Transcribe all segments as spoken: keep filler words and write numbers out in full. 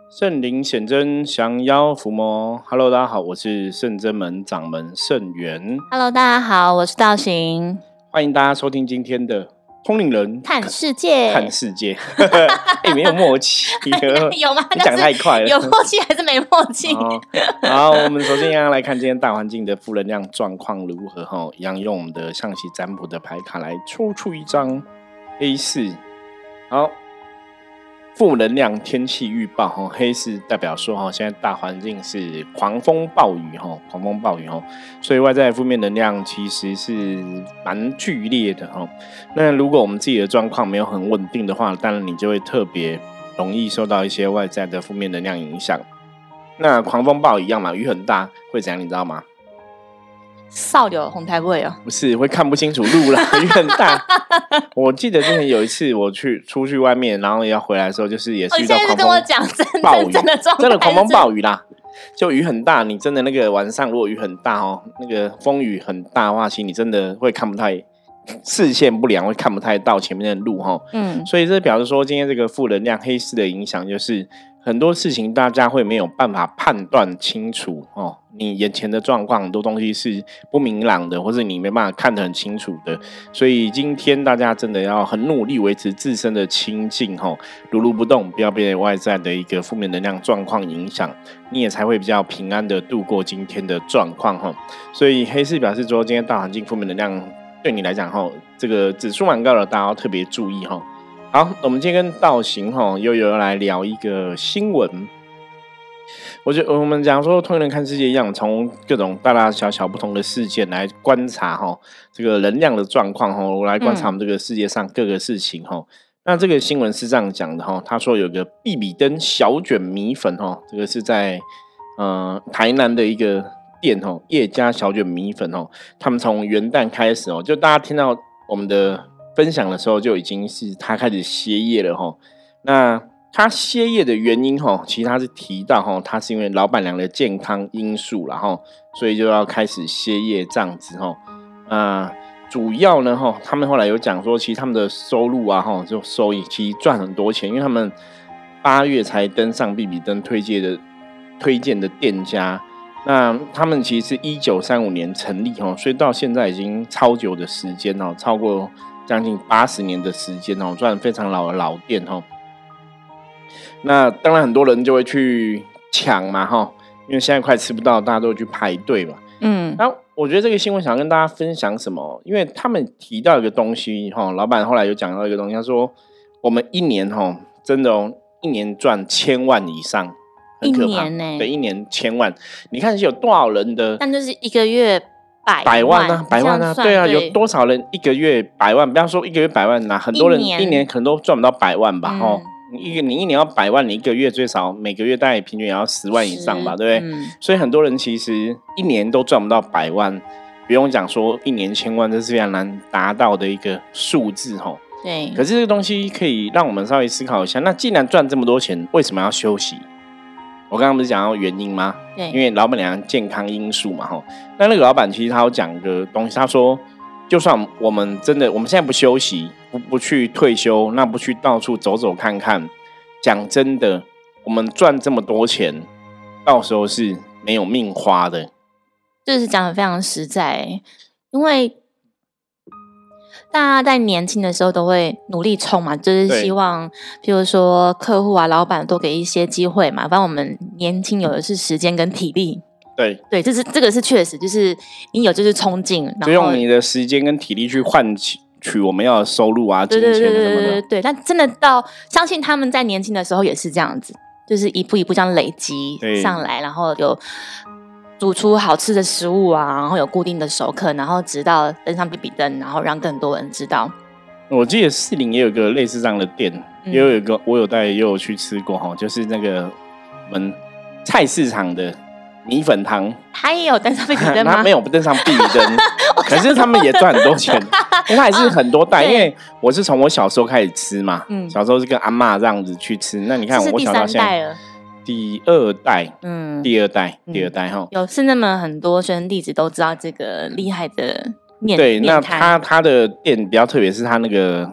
圣灵显真，降妖伏魔。Hello， 大家好，我是圣真门掌门圣元。 Hello， 大家好，我是道行。 欢迎大家收听今天的通灵人看世界， 看世界。哎、欸，没有默契， 有吗？ 你讲太快了， 有默契还是没默契？ 哦、好，我们首先要来看今天大环境的负能量状况如何哈，一样用我们的象棋占卜的牌卡来抽出一张 A 四。好。负能量天气预报哈，黑是代表说哈，现在大环境是狂风暴雨哈，狂风暴雨哈，所以外在负面能量其实是蛮剧烈的哈。那如果我们自己的状况没有很稳定的话，当然你就会特别容易受到一些外在的负面能量影响。那狂风暴雨一样嘛，雨很大会怎样，你知道吗？ 扫流红台位哦， 不是会看不清楚路啦，雨很大。我记得之前有一次我去出去外面，然后要回来的时候，就是也是遇到狂风暴雨， 跟我讲真的真的状态， 真的狂风暴雨啦，就雨很大。你真的那个晚上如果雨很大哦，那个风雨很大的话，其实你真的会看不太，视线不良，会看不太到前面的路哈。嗯，所以这表示说，今天这个负能量黑市的影响就是。很多事情大家会没有办法判断清楚哦，你眼前的状况很多东西是不明朗的，或是你没办法看得很清楚的，所以今天大家真的要很努力维持自身的清静哦，如如不动，不要被外在的一个负面能量状况影响，你也才会比较平安的度过今天的状况哈。所以黑市表示说，今天大环境负面能量对你来讲哈，这个指数蛮高的，大家要特别注意哈。好，我们今天跟道行哈又有来聊一个新闻。我觉得我们讲说通灵人看世界一样，从各种大大小小不同的事件来观察哈这个能量的状况哈，我来观察我们这个世界上各个事情哈。嗯、那这个新闻是这样讲的哈，他说有个必比登小卷米粉哈，这个是在呃台南的一个店哈，叶家小卷米粉哦，他们从元旦开始哦，就大家听到我们的。分享的时候就已经是他开始歇业了齁。那他歇业的原因齁，其实他是提到齁，他是因为老板娘的健康因素啦齁，所以就要开始歇业这样子齁。那主要呢齁，他们后来有讲说，其实他们的收入啊齁，就收益其实赚很多钱，因为他们八月才登上必比登推荐的推荐的店家。那他们其实是一九三五年成立齁，所以到现在已经超久的时间齁，超过。将近八十年的时间哦，算非常老的老店哦。那当然很多人就会去抢嘛哈，因为现在快吃不到，大家都会去排队嘛。嗯，然后我觉得这个新闻想跟大家分享什么？因为他们提到一个东西哈，老板后来有讲到一个东西，他说我们一年哈，真的哦，一年赚千万以上，很可怕。一年呢、欸？ 对，一年千万，你看有多少人的？ 但就是一个月。 百万啊，百万啊，对啊，对，有多少人一个月百万？不要说一个月百万啊，很多人一 年, 一年可能都赚不到百万吧。嗯、哦，你一你一年要百万，你一个月最少每个月大概平均也要十万以上吧，对不对？嗯、所以很多人其实一年都赚不到百万，不用讲说一年千万，这是非常难达到的一个数字哦。 对。 可是这个东西可以让我们稍微思考一下，那既然赚这么多钱，为什么要休息？我刚刚不是讲到原因吗？ 对， 因为老板娘健康因素嘛，吼。那那个老板其实他有讲个东西，他说，就算我们真的我们现在不休息，不不去退休，那不去到处走走看看，讲真的，我们赚这么多钱，到时候是没有命花的。 就是讲得非常实在，因为大家在年轻的时候都会努力冲嘛，就是希望譬如说客户啊老板多给一些机会嘛，反正我们年轻有的是时间跟体力。 对对，这是这个是确实，就是你有就是冲劲，然后就用你的时间跟体力去换取我们要的收入啊，金钱什么的。 对对对对对，但真的到相信他们在年轻的时候也是这样子，就是一步一步这样累积上来，然后有煮出好吃的食物啊，然后有固定的熟客，然后直到登上必比登，然后让更多人知道。 我记得士林也有一个类似这样的店，嗯、也有一个我有带也有去吃过哈，就是那个我们菜市场的米粉汤， 他也有登上必比登吗？ 他没有登上必比登，可是他们也赚很多钱，因为他也是很多代。因为我是从我小时候开始吃嘛，嗯、小时候是跟阿嬷这样子去吃。那你看我小到现在。第二代，嗯，第二代，嗯、第二代哈， 有是那么很多学生弟子都知道这个厉害的面。 对，那他他的店比较特别，是他那个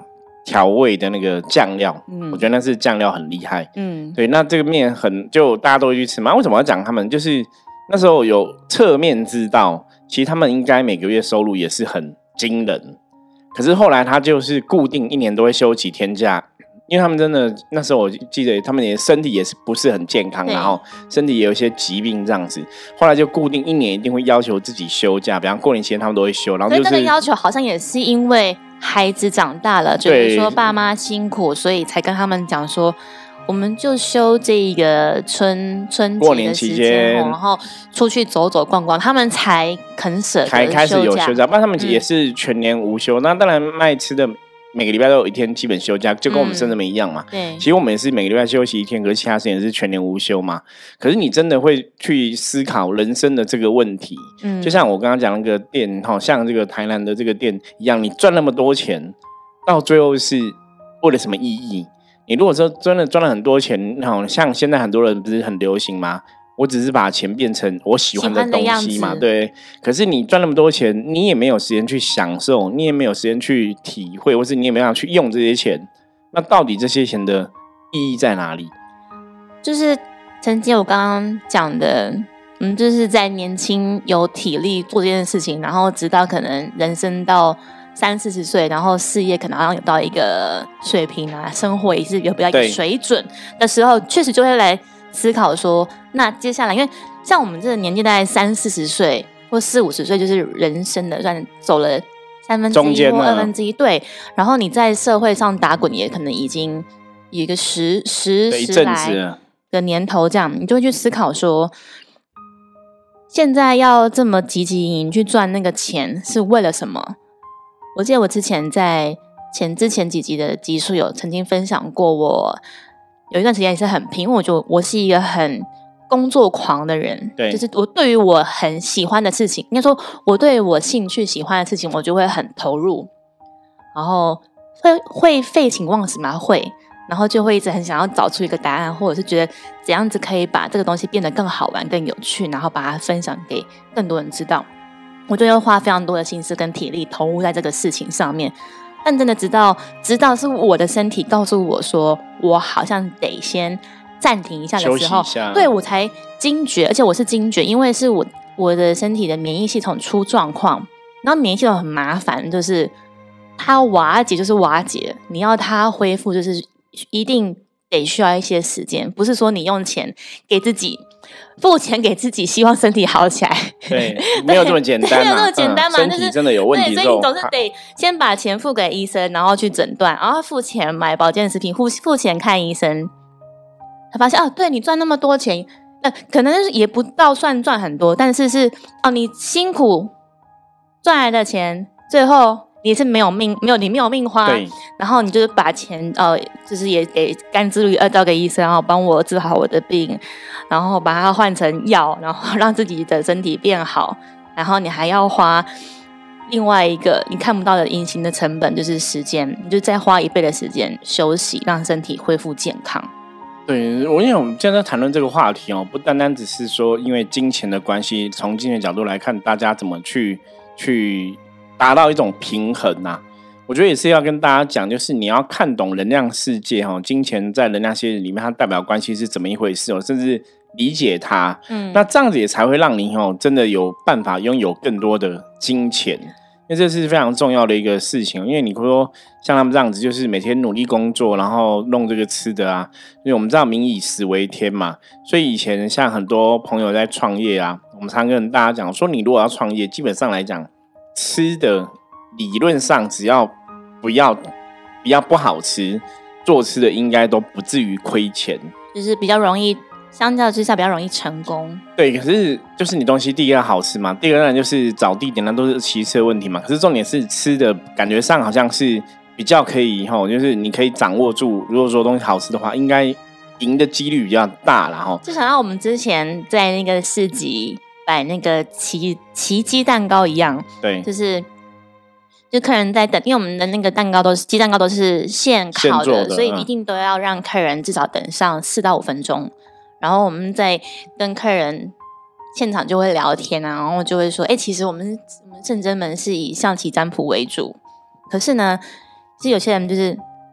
调味的那个酱料，嗯，我觉得那是酱料很厉害，嗯，对，那这个面很就大家都会去吃嘛。为什么要讲他们？就是那时候有侧面知道，其实他们应该每个月收入也是很惊人，可是后来他就是固定一年都会休几天假。因为他们真的那时候我记得他们也身体也是不是很健康，然后身体也有一些疾病这样子，后来就固定一年一定会要求自己休假，比方过年期间他们都会休，然后就是所以那个要求好像也是因为孩子长大了，觉得说爸妈辛苦，所以才跟他们讲说我们就休这个春春节的时间，然后出去走走逛逛，他们才肯舍得才开始有休假，不然他们也是全年无休、嗯、那当然卖吃的每个礼拜都有一天基本休假，就跟我们生人们一样嘛、嗯、对，其实我们也是每个礼拜休息一天，可是其他时间也是全年无休嘛。可是你真的会去思考人生的这个问题、嗯、就像我刚刚讲那个店，像这个台南的这个店一样，你赚那么多钱到最后是为了什么意义？你如果说真的赚了很多钱，像现在很多人不是很流行吗？我只是把钱变成我喜欢的东西嘛，对。可是你赚那么多钱，你也没有时间去享受，你也没有时间去体会，或是你也没有去用这些钱。那到底这些钱的意义在哪里？ 就是曾经我刚刚讲的，嗯，就是在年轻有体力做这件事情，然后直到可能人生到三四十岁，然后事业可能好像有到一个水平啊，生活也是有比较一个水准的时候，确实就会来思考说，那接下来，因为像我们这个年纪大概三四十岁或四五十岁，就是人生的算走了三分之一或二分之一，对。然后你在社会上打滚，也可能已经有一个十十十来的年头，这样你就会去思考说，现在要这么积极营营去赚那个钱是为了什么？我记得我之前在前之前几集的集数有曾经分享过，我有一段时间也是很拼，因为我觉得我是一个很工作狂的人，对，就是我对于我很喜欢的事情，应该说我对于我兴趣喜欢的事情，我就会很投入，然后会会废寝忘食嘛，会，然后就会一直很想要找出一个答案，或者是觉得怎样子可以把这个东西变得更好玩、更有趣，然后把它分享给更多人知道。我就会花非常多的心思跟体力投入在这个事情上面。但真的直到直到是我的身体告诉我说我好像得先暂停一下的时候，对，我才惊觉，而且我是惊觉，因为是我我的身体的免疫系统出状况，然后免疫系统很麻烦，就是它瓦解就是瓦解，你要它恢复就是一定得需要一些时间，不是说你用钱给自己付钱给自己，希望身体好起来。 对，没有这么简单、啊， 没有这么简单嘛、嗯？ 身体真的有问题之后， 所以你总是得先把钱付给医生，然后去诊断，然后付钱买保健食品，付付钱看医生。他发现哦，对你赚那么多钱，呃，可能也不到算赚很多，但是是哦，你辛苦赚来的钱，最后你是没有命，没有你没有命花，然后你就是把钱呃，就是也给甘之如饴交给医生，然后帮我治好我的病，然后把它换成药，然后让自己的身体变好，然后你还要花另外一个你看不到的隐形的成本，就是时间，你就再花一倍的时间休息，让身体恢复健康。 对，我因为我们现在谈论这个话题哦，不单单只是说因为金钱的关系，从金钱角度来看，大家怎么去去达到一种平衡啊。我觉得也是要跟大家讲，就是你要看懂能量世界哦，金钱在能量世界里面它代表关系是怎么一回事哦，甚至理解它，嗯，那这样子也才会让你哦真的有办法拥有更多的金钱，因为这是非常重要的一个事情。因为你说像他们这样子，就是每天努力工作，然后弄这个吃的啊，因为我们知道民以食为天嘛，所以以前像很多朋友在创业啊，我们常跟大家讲说，你如果要创业，基本上来讲，吃的理论上只要不要不要不好吃，做吃的应该都不至于亏钱， 就是比较容易，相较之下比较容易成功。 对，可是就是你东西第一个要好吃嘛，第二个就是找地点，那都是其次的问题嘛。可是重点是吃的感觉上好像是比较可以齁，就是你可以掌握住，如果说东西好吃的话，应该赢的几率比较大啦齁。 就想到我们之前在那个市集摆那个奇奇鸡蛋糕一样，对，就是就客人在等，因为我们的那个蛋糕都是鸡蛋糕都是现烤 的, 的，所以一定都要让客人至少等上四到五分钟。然后我们在跟客人现场就会聊天啊，然后就会说，哎、欸，其实我们我们圣真门是以象棋占卜为主，可是呢，其实有些人就是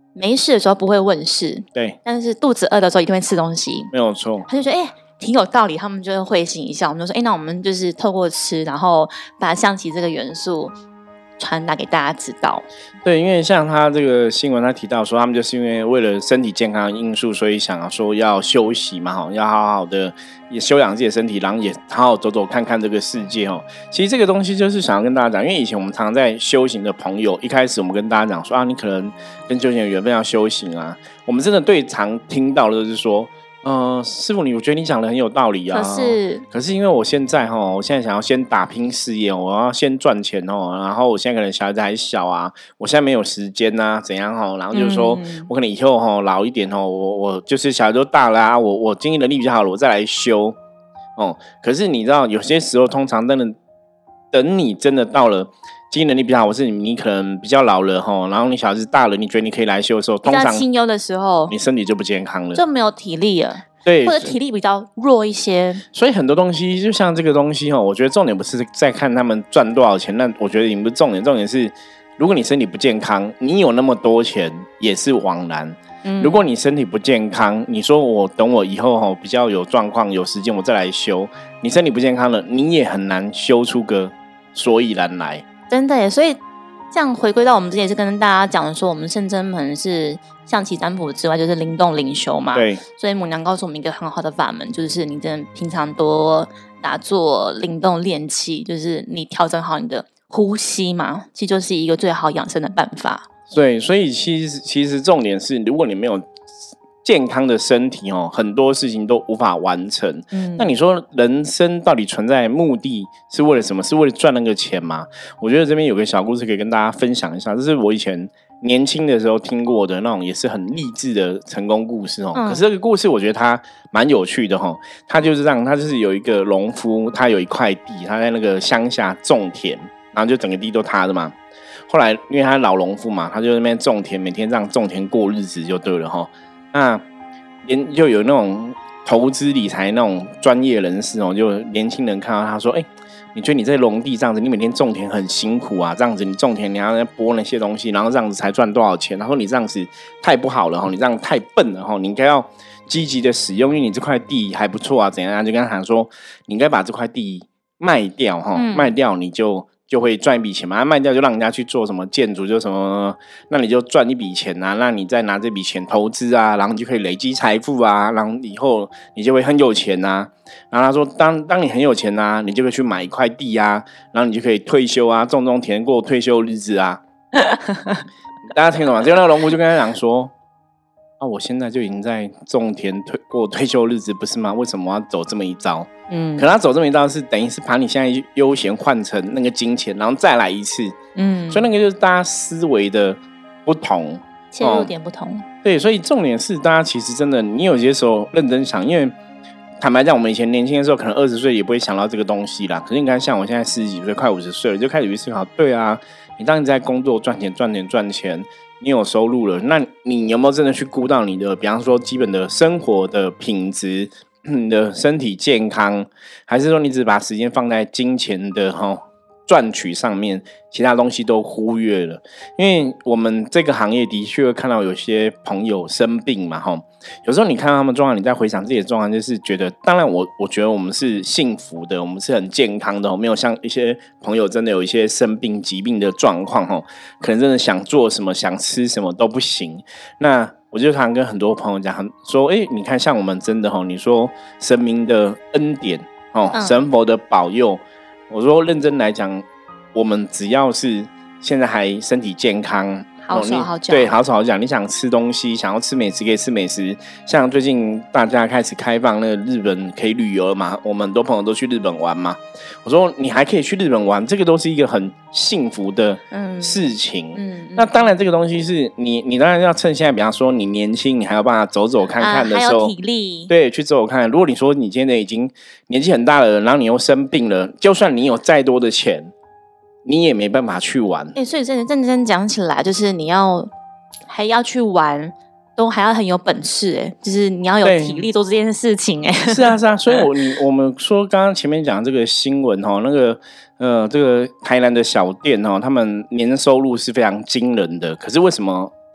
没事的时候不会问事， 对， 但是肚子饿的时候一定会吃东西， 没有错。 他就觉得哎、欸，挺有道理，他们就会会心一笑。我们就说，哎、欸，那我们就是透过吃，然后把象棋这个元素传达给大家知道。 对，因为像他这个新闻，他提到说，他们就是因为为了身体健康的因素，所以想要说要休息嘛，要好好的也休养自己的身体，然后也好好走走看看这个世界哦。其实这个东西就是想要跟大家讲，因为以前我们常常在修行的朋友，一开始我们跟大家讲说啊，你可能跟修行的缘分要修行啊，我们真的最常听到的就是说。呃，师父，你我觉得你讲的很有道理啊。 可是， 可是因为我现在哈，我现在想要先打拼事业，我要先赚钱哦。然后我现在可能小孩子还小啊，我现在没有时间啊，怎样哈？然后就是说、嗯、我可能以后哈老一点哦，我我就是小孩都大了啊，我我经济能力比较好了，我再来修哦。可是你知道，有些时候通常真的等你真的到了。经济能力比较好，或是 你, 你可能比较老了齁，然后你小孩子大了，你觉得你可以来修的时候，通常比较清幽的时候， 你身体就不健康了， 就没有体力了， 对， 或者体力比较弱一些。 所以很多东西，就像这个东西齁，我觉得重点不是在看他们赚多少钱，那我觉得也不是重点，重点是如果你身体不健康，你有那么多钱也是枉然。嗯、如果你身体不健康，你说我等我以后齁比较有状况、有时间我再来修，你身体不健康了，你也很难修出个所以然来。 真的耶，所以。这样回归到我们之前也是跟大家讲说，我们圣真门是象棋占卜之外，就是灵动灵修嘛。 对， 所以母娘告诉我们一个很好的法门，就是你真的平常多打坐、灵动练气，就是你调整好你的呼吸嘛，其实就是一个最好养生的办法。 对，所以其实其实重点是，如果你没有健康的身体哦，很多事情都无法完成。嗯，那你说人生到底存在目的是为了什么？是为了赚那个钱吗？我觉得这边有个小故事可以跟大家分享一下，这是我以前年轻的时候听过的那种，也是很励志的成功故事哦。嗯、可是这个故事我觉得它蛮有趣的哈、哦，它就是这样，它就是有一个农夫，他有一块地，他在那个乡下种田，然后就整个地都他的嘛。后来因为他老农夫嘛，他就在那边种田，每天这样种田过日子就对了哈、哦。那连就有那种投资理财那种专业人士哦，就年轻人看到他说：“哎、欸，你觉得你在农地这样子，你每天种田很辛苦啊，这样子你种田你要播那些东西，然后这样子才赚多少钱？他说你这样子太不好了哈，你这样太笨了哈，你应该要积极的使用，因为你这块地还不错啊，怎样？就跟他讲说，你应该把这块地卖掉哈，嗯、卖掉你就。”就会赚一笔钱嘛，卖掉就让人家去做什么建筑，就什么，那你就赚一笔钱啊，那你再拿这笔钱投资啊，然后你就可以累积财富啊，然后以后你就会很有钱啊。然后他说，当当你很有钱啊，你就可以去买一块地啊，然后你就可以退休啊，种种田过退休日子啊。大家听懂吗？结果那个农夫就跟他讲说。啊，我现在就已经在种田退过退休日子，不是吗？为什么我要走这么一招？嗯，可能他走这么一招是等于是把你现在悠闲换成那个金钱，然后再来一次。嗯，所以那个就是大家思维的不同， 切入点不同。哦、 对，所以重点是大家其实真的，你有些时候认真想，因为坦白讲，我们以前年轻的时候，可能二十岁也不会想到这个东西啦。可是你看，像我现在四十几岁，快五十岁了，就开始去思考。对啊，你当你在工作赚钱、赚钱、赚钱。你有收入了，那你有没有真的去顾到你的，比方说基本的生活的品质、你的身体健康，还是说你只把时间放在金钱的哈赚取上面，其他东西都忽略了？因为我们这个行业的确会看到有些朋友生病嘛，哈，有时候你看到他们状况，你再回想自己的状况，就是觉得，当然我我觉得我们是幸福的，我们是很健康的，没有像一些朋友真的有一些生病疾病的状况，哈，可能真的想做什么、想吃什么都不行。那我就常常跟很多朋友讲说，哎、欸，你看，像我们真的哈，你说神明的恩典哦，神佛的保佑。我说认真来讲，我们只要是现在还身体健康， 好手好脚， 对，好手好脚。你想吃东西，想要吃美食可以吃美食。像最近大家开始开放那个日本可以旅游了嘛，我们很多朋友都去日本玩嘛。我说你还可以去日本玩，这个都是一个很幸福的事情。嗯嗯嗯、那当然这个东西是你，你当然要趁现在，比方说你年轻，你还要办法走走看看的时候， 啊、还有体力， 对，去走走看看。如果你说你今天已经年纪很大了，然后你又生病了，就算你有再多的钱，你也没办法去玩。 哎、欸，所以真的认真讲起来，就是你要还要去玩，都还要很有本事哎、欸，就是你要有体力做这件事情哎、欸。 是啊是啊，所以我你我们说刚刚前面讲这个新闻哈，那个呃这个台南的小店哈，他们年收入是非常惊人的，可是为什么大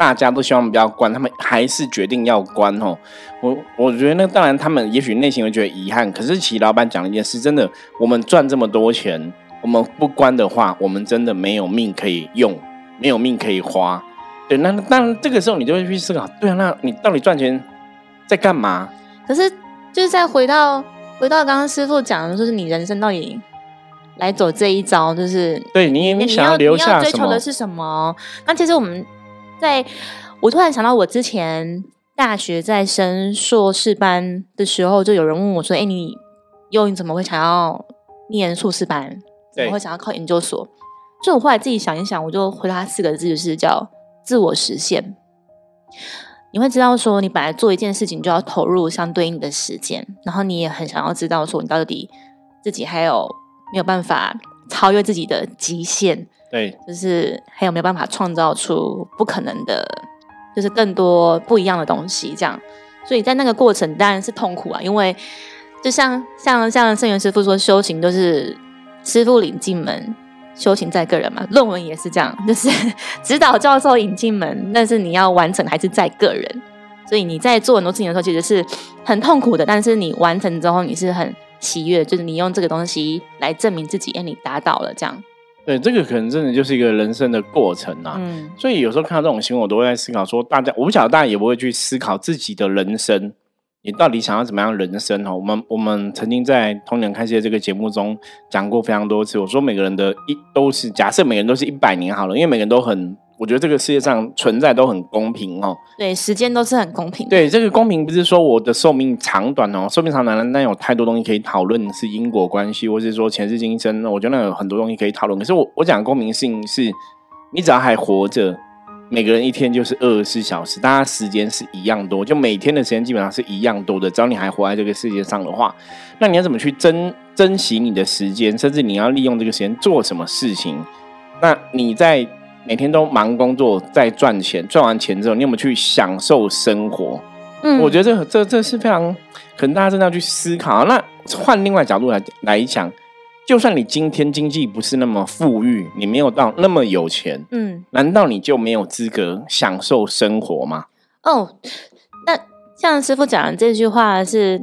大家都希望不要关，他们还是决定要关哦。我我觉得那当然他们也许内心会觉得遗憾，可是其实老板讲了一件事，真的，我们赚这么多钱，我们不关的话，我们真的没有命可以用，没有命可以花。对，那当然这个时候你就会去思考，对啊，那你到底赚钱在干嘛？ 可是就是再回到回到刚刚师父讲的，就是你人生到底来走这一招，就是对你你想要留下什么？ 你要追求的是什么？那其实我们在，我突然想到，我之前大学在升硕士班的时候，就有人问我说：“哎、欸，你又你怎么会想要念硕士班？怎么会想要考研究所？”所以我后来自己想一想，我就回答他四个字，就是叫自我实现。你会知道说，你本来做一件事情就要投入相对应的时间，然后你也很想要知道说，你到底自己还有没有办法超越自己的极限？ 对， 就是还有没有办法创造出不可能的，就是更多不一样的东西，这样。所以在那个过程当然是痛苦啊，因为就像像像圣元师父说，修行都是师父领进门，修行在个人嘛。论文也是这样，就是指导教授引进门，但是你要完成还是在个人。所以你在做很多事情的时候，其实是很痛苦的，但是你完成之后，你是很喜悦，就是你用这个东西来证明自己，哎，你达到了这样。 对，这个可能真的就是一个人生的过程啊。嗯，所以有时候看到这种新闻，我都会在思考说，大家我不晓得大家也不会去思考自己的人生，你到底想要怎么样人生哦？我们我们曾经在童年开始的这个节目中讲过非常多次，我说每个人的一都是假设每个人都是一百年好了，因为每个人都很。我觉得这个世界上存在都很公平哦， 对，时间都是很公平的。 对，这个公平不是说我的寿命长短哦，寿命长短，但有太多东西可以讨论，是因果关系，或是说前世今生，我觉得那有很多东西可以讨论。可是我我讲的公平性是，你只要还活着，每个人一天就是二十四小时，大家时间是一样多，就每天的时间基本上是一样多的。只要你还活在这个世界上的话，那你要怎么去珍珍惜你的时间，甚至你要利用这个时间做什么事情？那你在每天都忙工作，在赚钱，赚完钱之后，你有没有去享受生活？嗯，我觉得这这这是非常可能大家真的要去思考。那换另外角度来来讲，就算你今天经济不是那么富裕，你没有到那么有钱，嗯，难道你就没有资格享受生活吗？ 哦，那像师父讲的这句话是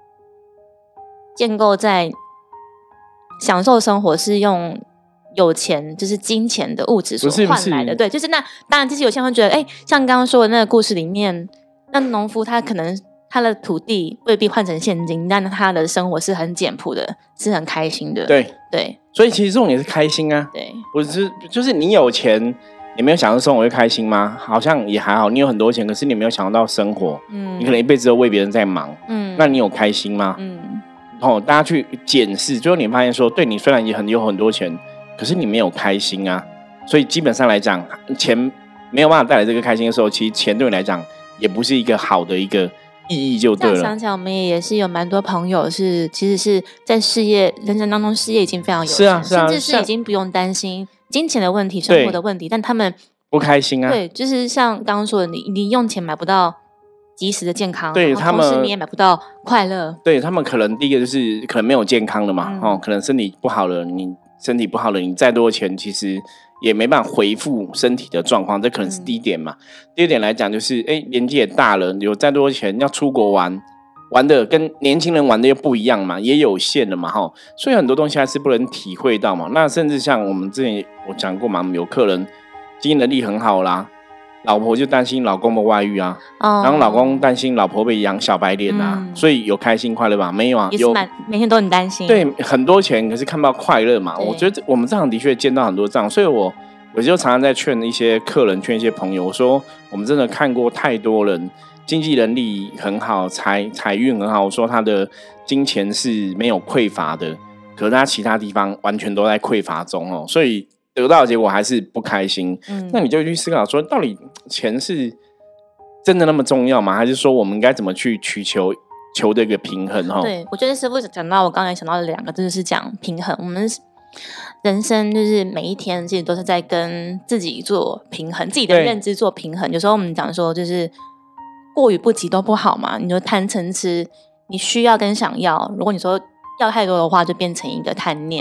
建构在享受生活是用。有钱就是金钱的物质所换来的，对，就是那当然，其实有些人会觉得，哎、欸，像刚刚说的那个故事里面，那农夫他可能他的土地未必换成现金，但他的生活是很简朴的，是很开心的， 对对， 所以其实重点是开心啊， 对， 不是就是你有钱，你没有享受生活会开心吗？好像也还好，你有很多钱，可是你没有享受到生活，嗯，你可能一辈子都为别人在忙，嗯，那你有开心吗？嗯，哦，大家去检视，最后你发现说，对你虽然也很有很多钱。可是你没有开心啊，所以基本上来讲，钱没有办法带来这个开心的时候，其实钱对你来讲也不是一个好的一个意义就对了。这样想起来，我们也是有蛮多朋友是，其实是在事业人生当中，事业已经非常有钱， 是啊是啊， 甚至是已经不用担心金钱的问题、生活的问题，但他们不开心啊。 对，就是像刚刚说的，你你用钱买不到及时的健康， 对他们， 同时你也买不到快乐。 对他们，可能第一个就是可能没有健康了嘛，嗯、哦，可能身体不好了，你。身体不好了，你再多的钱其实也没办法恢复身体的状况，这可能是第一点嘛。嗯、第二点来讲就是，哎，年纪也大了，有再多的钱要出国玩，玩的跟年轻人玩的又不一样嘛，也有限了嘛，哈。所以很多东西还是不能体会到嘛。那甚至像我们之前我讲过嘛，有客人经济能力很好啦。老婆就担心老公的外遇啊，哦、然后老公担心老婆被养小白脸啊，嗯、所以有开心快乐吧？没有啊， 也是蛮每天都很担心。 对，很多钱可是看不到快乐嘛。我觉得我们这样的确见到很多这样，所以我有时候常常在劝一些客人，劝一些朋友，我说我们真的看过太多人经济能力很好，财财运很好，我说他的金钱是没有匮乏的，可是他其他地方完全都在匮乏中哦，所以。得到的结果还是不开心，嗯、那你就去思考说，到底钱是真的那么重要吗？还是说我们应该怎么去取求求这个平衡？哈， 对，我觉得师父讲到我刚才想到的两个，就是讲平衡。我们人生就是每一天其实都是在跟自己做平衡，自己的认知做平衡。有时候我们讲说，就是过与不及都不好嘛。你就贪嗔痴，你需要跟想要，如果你说要太多的话，就变成一个贪念。 对。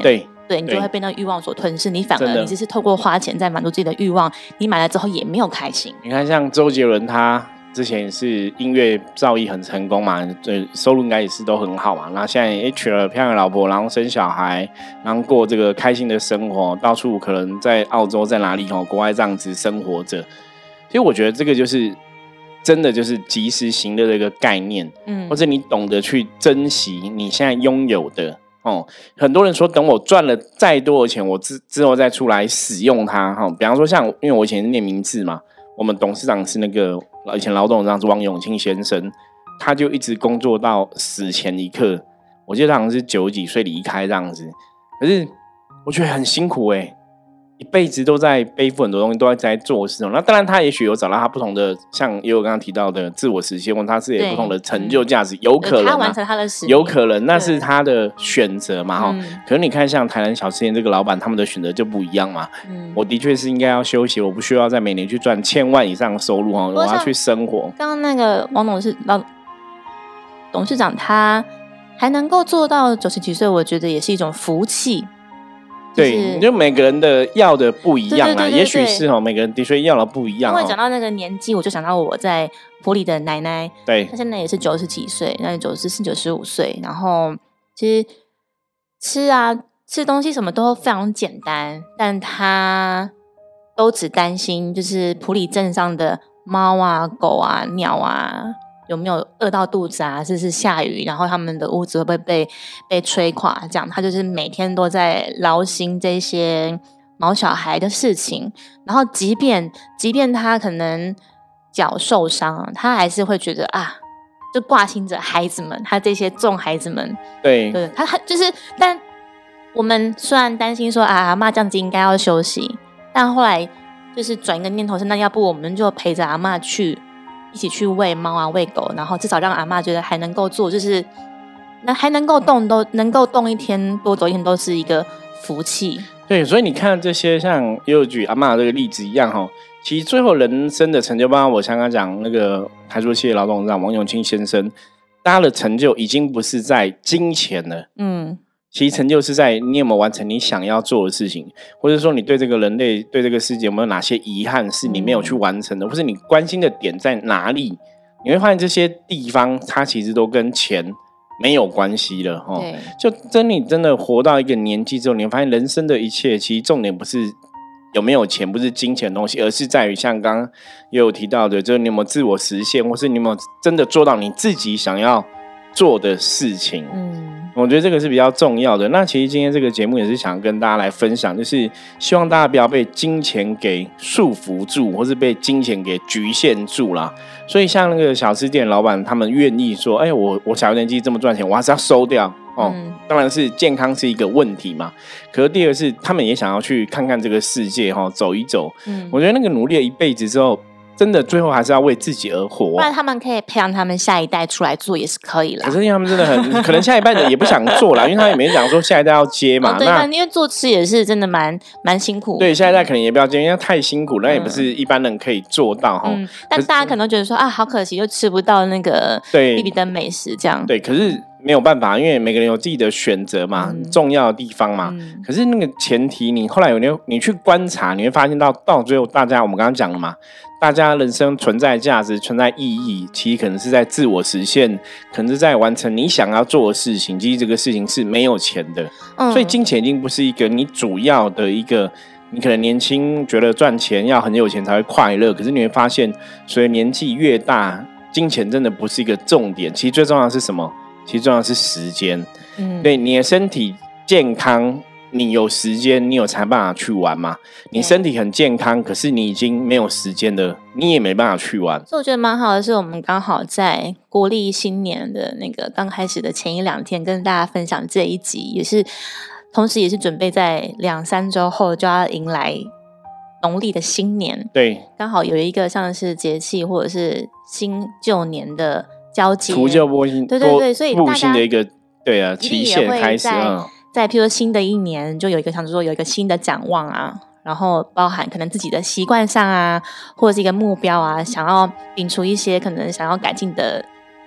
对，你就会被那个欲望所吞噬，你反而你只是透过花钱在满足自己的欲望，你买了之后也没有开心。 你看像周杰伦他之前也是音乐造诣很成功嘛，对，收入应该也是都很好嘛。那现在也娶了漂亮的老婆，然后生小孩，然后过这个开心的生活，到处可能在澳洲在哪里哦，国外这样子生活着。其实我觉得这个就是真的就是及时行乐的一个概念，嗯，或者你懂得去珍惜你现在拥有的哦。很多人说等我赚了再多的钱，我之之后再出来使用它哈、哦。比方说像因为我以前是念名字嘛，我们董事长是那个以前劳动董事长是汪永庆先生，他就一直工作到死前一刻，我记得他好像是九十几岁离开这样子。可是我觉得很辛苦哎、欸，一辈子都在背负很多东西，都在做事。那当然，他也许有找到他不同的，像也有刚刚提到的自我实现，或他是有不同的成就价值，嗯、有可能、啊、 他完成他的使命， 有可能那是他的选择嘛哈、嗯。可是你看，像台南小吃店这个老板，他们的选择就不一样嘛。嗯、我的确是应该要休息，我不需要在每年去赚千万以上的收入哈，我要去生活。 刚刚那个王董事老董事长，他还能够做到九十几岁，我觉得也是一种福气。 对，就每个人的要的不一样啦，也许是哦，每个人的确要的不一样。 因为讲到那个年纪，我就想到我在埔里的奶奶， 对， 她现在也是九十几岁，那九十四、九十五岁，然后其实吃啊吃东西什么都非常简单，但她都只担心就是埔里镇上的猫啊、狗啊、鸟啊。有没有饿到肚子啊？是不是下雨，然后他们的屋子会不会被被吹垮？这样，他就是每天都在劳心这些毛小孩的事情。然后，即便即便他可能脚受伤，他还是会觉得啊，就挂心着孩子们，他这些重孩子们。 对， 对，他他就是，但我们虽然担心说啊，阿嬷这样子应该要休息，但后来就是转一个念头是，那要不我们就陪着阿嬷去。一起去喂猫啊，喂狗，然后至少让阿嬷觉得还能够做，就是那还能够动，都能够动一天多走一天都是一个福气。 对，所以你看这些像也有举阿嬷这个例子一样哈，其实最后人生的成就，包括我刚刚讲那个台塑企业劳动董事长王永庆先生，大家的成就已经不是在金钱了，嗯。其实成就是在你有没有完成你想要做的事情，或者说你对这个人类、对这个世界有没有哪些遗憾是你没有去完成的，或是你关心的点在哪里？你会发现这些地方它其实都跟钱没有关系了哈。就真你真的活到一个年纪之后，你会发现人生的一切其实重点不是有没有钱，不是金钱的东西，而是在于像刚刚也有提到的，就是你有没有自我实现，或是你有没有真的做到你自己想要做的事情。嗯。我觉得这个是比较重要的。那其实今天这个节目也是想跟大家来分享，就是希望大家不要被金钱给束缚住，或是被金钱给局限住啦。所以像那个小吃店老板，他们愿意说：“哎，我我小年纪这么赚钱，我还是要收掉哦。嗯”当然是健康是一个问题嘛。可是第二个是，他们也想要去看看这个世界哈，走一走。嗯，我觉得那个努力了一辈子之后。真的最后还是要为自己而活， 不然他们可以培养他们下一代出来做也是可以啦。 可是因为他们真的很可能下一代的也不想做啦，因为他也没讲说下一代要接嘛。 哦、对，那因为做吃也是真的蛮蛮辛苦。 对，下一代可能也不要接，因为太辛苦，那、嗯、也不是一般人可以做到哈、嗯。 但大家可能觉得说啊，好可惜，就吃不到那个必比登美食这样。 对，可是没有办法，因为每个人有自己的选择嘛，嗯、重要的地方嘛、嗯。可是那个前提，你后来有你你去观察，你会发现到到最后，大家我们刚刚讲了嘛。大家人生存在价值、存在意义，其实可能是在自我实现，可能是在完成你想要做的事情。其实这个事情是没有钱的，嗯、所以金钱已经不是一个你主要的一个。你可能年轻觉得赚钱要很有钱才会快乐，可是你会发现，随着年纪越大，金钱真的不是一个重点。其实最重要的是什么？其实最重要的是时间。嗯，对，你的身体健康。你有时间，你有才办法去玩嘛？你身体很健康，可是你已经没有时间了，你也没办法去玩。 所以我觉得蛮好的是，我们刚好在国历新年的那个刚开始的前一两天，跟大家分享这一集，也是同时也是准备在两三周后就要迎来农历的新年。 对， 刚好有一个像是节气或者是新旧年的交接， 除旧播新， 对对对，所以大家新的一个对啊期限开始啊。 在譬如说新的一年，就有一个像说有一个新的展望啊，然后包含可能自己的习惯上啊，或者是一个目标啊，想要摒除一些可能想要改进的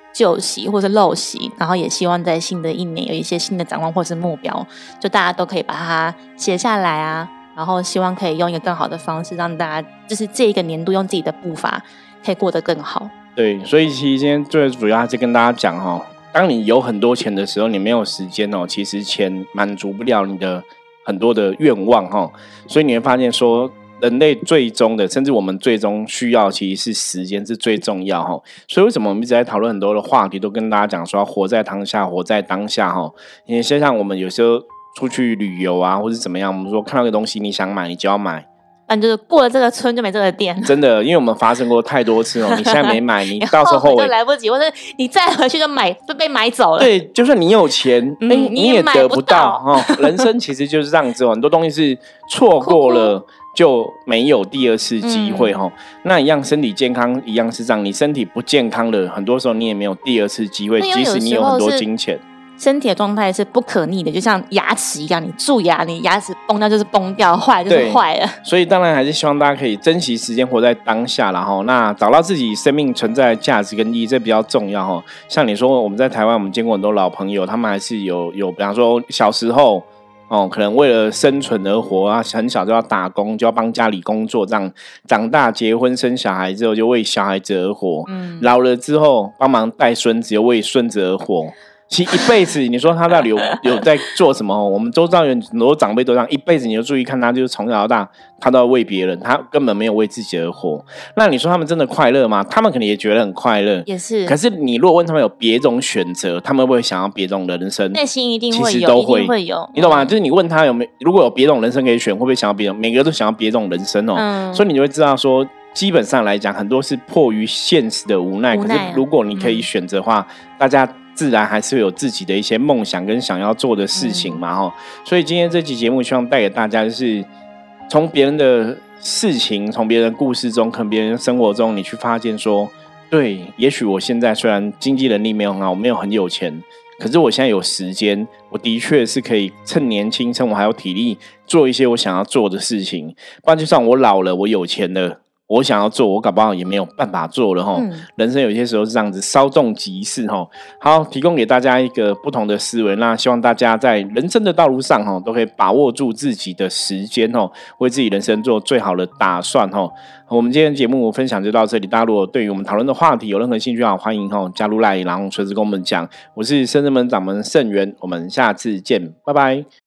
旧习或是陋习，然后也希望在新的一年有一些新的展望或是目标，就大家都可以把它写下来啊，然后希望可以用一个更好的方式让大家就是这一个年度用自己的步伐可以过得更好。 对，所以其实今天最主要还是跟大家讲哦，当你有很多钱的时候，你没有时间哦，其实钱满足不了你的很多的愿望哦，所以你会发现说人类最终的，甚至我们最终需要其实是时间是最重要哈。所以为什么我们一直在讨论很多的话题，都跟大家讲说活在当下，活在当下哈。因为像我们有时候出去旅游啊，或是怎么样，我们说看到个东西你想买，你就要买。 嗯，就是过了这个村就没这个店， 真的，因为我们发生过太多次哦。你现在没买，你到时候后悔就来不及，或者你再回去就买就被买走了。 对，就算你有钱，嗯欸、你也得不到哦。人生其实就是这样子哦，很多东西是错过了就没有第二次机会哈、嗯。那一样身体健康一样是这样，你身体不健康的，很多时候你也没有第二次机会，即使你有很多金钱。 身体的状态是不可逆的，就像牙齿一样，你蛀牙，你牙齿崩掉就是崩掉，坏就是坏了。 所以当然还是希望大家可以珍惜时间，活在当下，然后那找到自己生命存在的价值跟意义，这比较重要哈。像你说我们在台湾，我们见过很多老朋友，他们还是有有，比方说小时候哦，可能为了生存而活啊，很小就要打工，就要帮家里工作，这样长大结婚生小孩之后就为小孩子而活，嗯，老了之后帮忙带孙子，又为孙子而活。其实一辈子，你说他到底有有在做什么？我们周遭有很多长辈都这样，一辈子你就注意看他，就是从小到大，他都要为别人，他根本没有为自己而活。那你说他们真的快乐吗？他们可能也觉得很快乐， 也是。 可是你如果问他们有别种选择，他们会不会想要别种人生？ 内心一定会有， 其实都会， 一定会有。 你懂吗？嗯、就是你问他有没有，如果有别种人生可以选，会不会想要别种？每个都想要别种人生哦。嗯、所以你就会知道说，基本上来讲，很多是迫于现实的无奈。无奈啊、可是如果你可以选择的话，嗯、大家自然还是有自己的一些梦想跟想要做的事情嘛，嗯、所以今天这期节目希望带给大家，就是从别人的事情，从别人的故事中，从别人的生活中，你去发现说，对，也许我现在虽然经济能力没有很好，我没有很有钱，可是我现在有时间，我的确是可以趁年轻，趁我还有体力，做一些我想要做的事情。不然就算我老了，我有钱了，我想要做，我搞不好也没有办法做了、嗯、人生有些时候是这样子，稍纵即逝。好，提供给大家一个不同的思维，那希望大家在人生的道路上都可以把握住自己的时间，为自己人生做最好的打算。我们今天节目分享就到这里，大家如果对于我们讨论的话题有任何兴趣，欢迎加入 LINE， 然后随时跟我们讲。我是圣真门掌门圣元，我们下次见，拜拜。